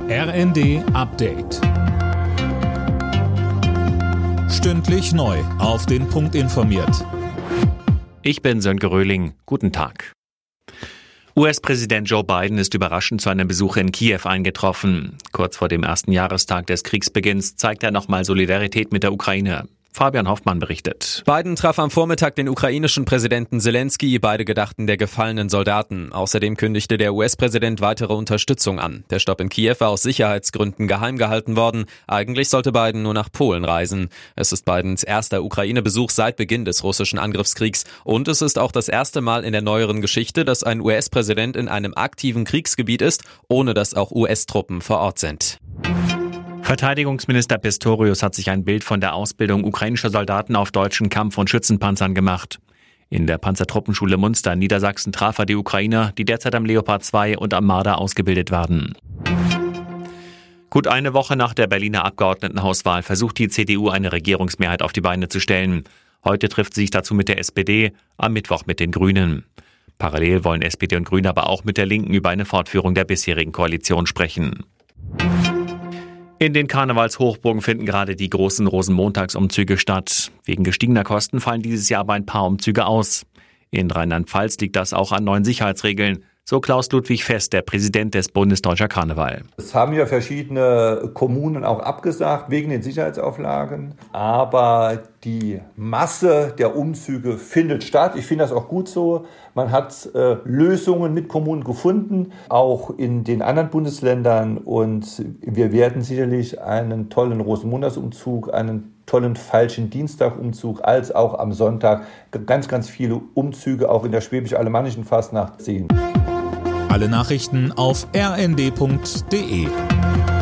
RND Update. Stündlich neu auf den Punkt informiert. Ich bin Sönke Röhling. Guten Tag. US-Präsident Joe Biden ist überraschend zu einem Besuch in Kiew eingetroffen. Kurz vor dem ersten Jahrestag des Kriegsbeginns zeigt er nochmal Solidarität mit der Ukraine. Fabian Hoffmann berichtet. Biden traf am Vormittag den ukrainischen Präsidenten Zelensky. Beide gedachten der gefallenen Soldaten. Außerdem kündigte der US-Präsident weitere Unterstützung an. Der Stopp in Kiew war aus Sicherheitsgründen geheim gehalten worden. Eigentlich sollte Biden nur nach Polen reisen. Es ist Bidens erster Ukraine-Besuch seit Beginn des russischen Angriffskriegs. Und es ist auch das erste Mal in der neueren Geschichte, dass ein US-Präsident in einem aktiven Kriegsgebiet ist, ohne dass auch US-Truppen vor Ort sind. Verteidigungsminister Pistorius hat sich ein Bild von der Ausbildung ukrainischer Soldaten auf deutschen Kampf- und Schützenpanzern gemacht. In der Panzertruppenschule Munster in Niedersachsen traf er die Ukrainer, die derzeit am Leopard 2 und am Marder ausgebildet werden. Gut eine Woche nach der Berliner Abgeordnetenhauswahl versucht die CDU eine Regierungsmehrheit auf die Beine zu stellen. Heute trifft sie sich dazu mit der SPD, am Mittwoch mit den Grünen. Parallel wollen SPD und Grüne aber auch mit der Linken über eine Fortführung der bisherigen Koalition sprechen. In den Karnevalshochburgen finden gerade die großen Rosenmontagsumzüge statt. Wegen gestiegener Kosten fallen dieses Jahr aber ein paar Umzüge aus. In Rheinland-Pfalz liegt das auch an neuen Sicherheitsregeln. So Klaus-Ludwig Fest, der Präsident des Bundes Deutscher Karneval. Es haben ja verschiedene Kommunen auch abgesagt wegen den Sicherheitsauflagen. Aber die Masse der Umzüge findet statt. Ich finde das auch gut so. Man hat Lösungen mit Kommunen gefunden, auch in den anderen Bundesländern. Und wir werden sicherlich einen tollen Rosenmontagsumzug, einen tollen falschen Dienstagumzug, als auch am Sonntag ganz, ganz viele Umzüge auch in der schwäbisch-alemannischen Fastnacht sehen. Alle Nachrichten auf rnd.de.